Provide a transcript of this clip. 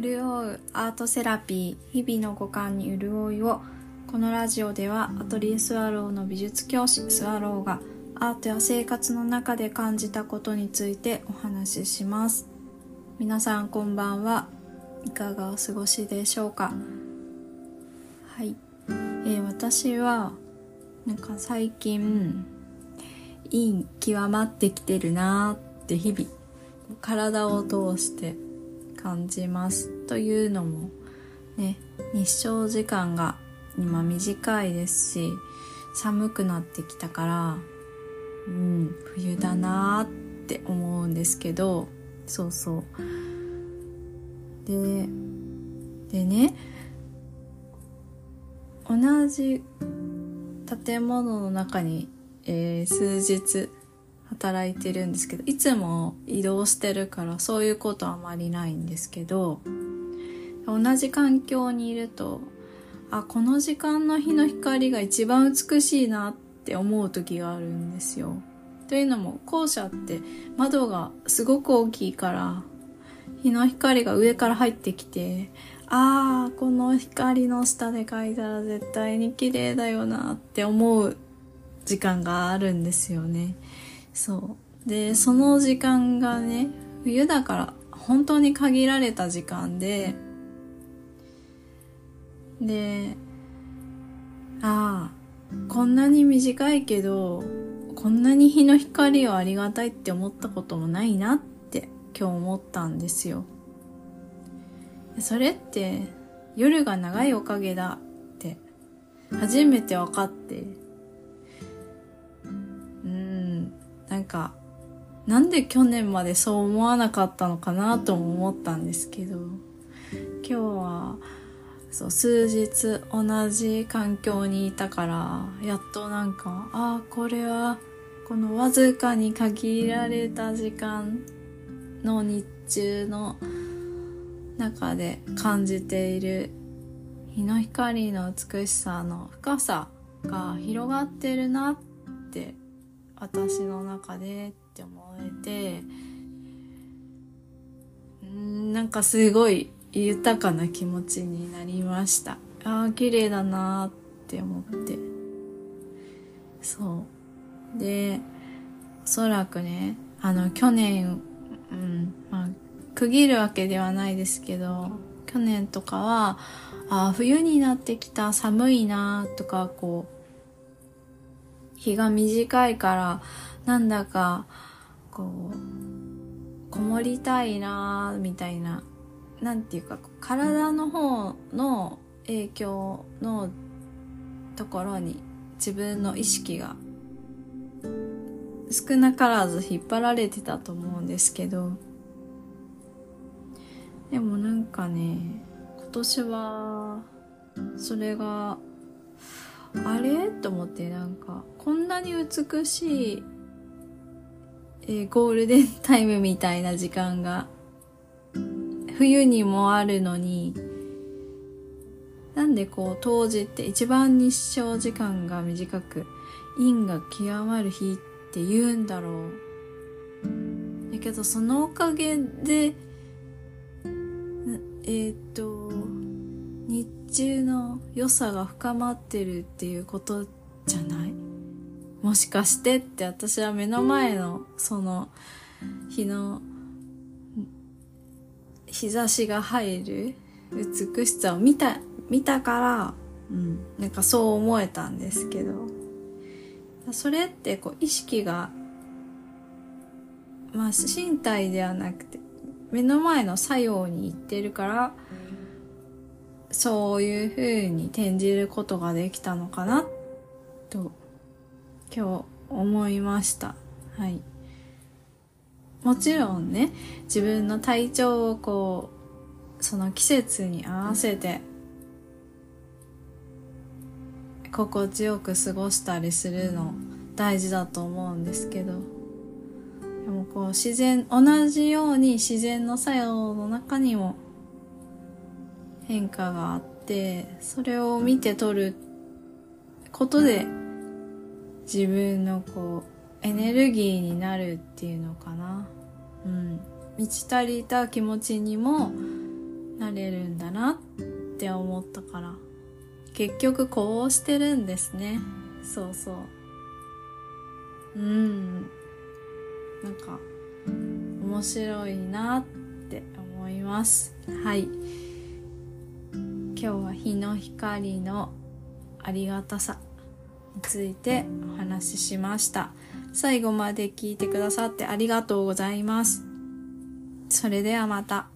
潤うアートセラピー、日々の五感に潤いを。このラジオではアトリエスワローの美術教師スワローがアートや生活の中で感じたことについてお話しします。皆さんこんばんは。いかがお過ごしでしょうか。はい、私は最近いい極まってきてるなって日々体を通して感じます。というのもね、日照時間が今短いですし、寒くなってきたから冬だなって思うんですけど、でね、同じ建物の中に、数日働いてるんですけど、いつも移動してるからそういうことはあまりないんですけど、同じ環境にいるとこの時間の日の光が一番美しいなって思う時があるんですよ。というのも校舎って窓がすごく大きいから日の光が上から入ってきて、この光の下で描いたら絶対に綺麗だよなって思う時間があるんですよね。で、その時間がね、冬だから本当に限られた時間でこんなに短いけどこんなに日の光をありがたいって思ったこともないなって今日思ったんですよ。それって夜が長いおかげだって初めて分かって、なんで去年までそう思わなかったのかなとも思ったんですけど、今日は数日同じ環境にいたからやっとこれはこのわずかに限られた時間の日中の中で感じている日の光の美しさの深さが広がってるなって私の中でって思えて、すごい豊かな気持ちになりました。綺麗だなって思って。で、おそらくね、去年、区切るわけではないですけど、去年とかは冬になってきた、寒いなとか、日が短いからなんだかこもりたいなみたいな、体の方の影響のところに自分の意識が少なからず引っ張られてたと思うんですけど、でも今年はそれがと思って、こんなに美しい、ゴールデンタイムみたいな時間が冬にもあるのに、なんで冬至って一番日照時間が短く陰が極まる日って言うんだろう。だけどそのおかげで日中の良さが深まってるっていうことじゃない？もしかしてって私は目の前のその日差しが入る美しさを見たから、そう思えたんですけど、それって意識が身体ではなくて目の前の作用にいってるから、そういう風に転じることができたのかなと今日思いました。はい。もちろんね、自分の体調をその季節に合わせて心地よく過ごしたりするの大事だと思うんですけど、でも同じように自然の作用の中にも変化があって、それを見て取ることで自分のエネルギーになるっていうのかな。満ち足りた気持ちにもなれるんだなって思ったから、結局こうしてるんですね。そうそう。なんか面白いなって思います。はい。今日は日の光のありがたさについてお話ししました。最後まで聞いてくださってありがとうございます。それではまた。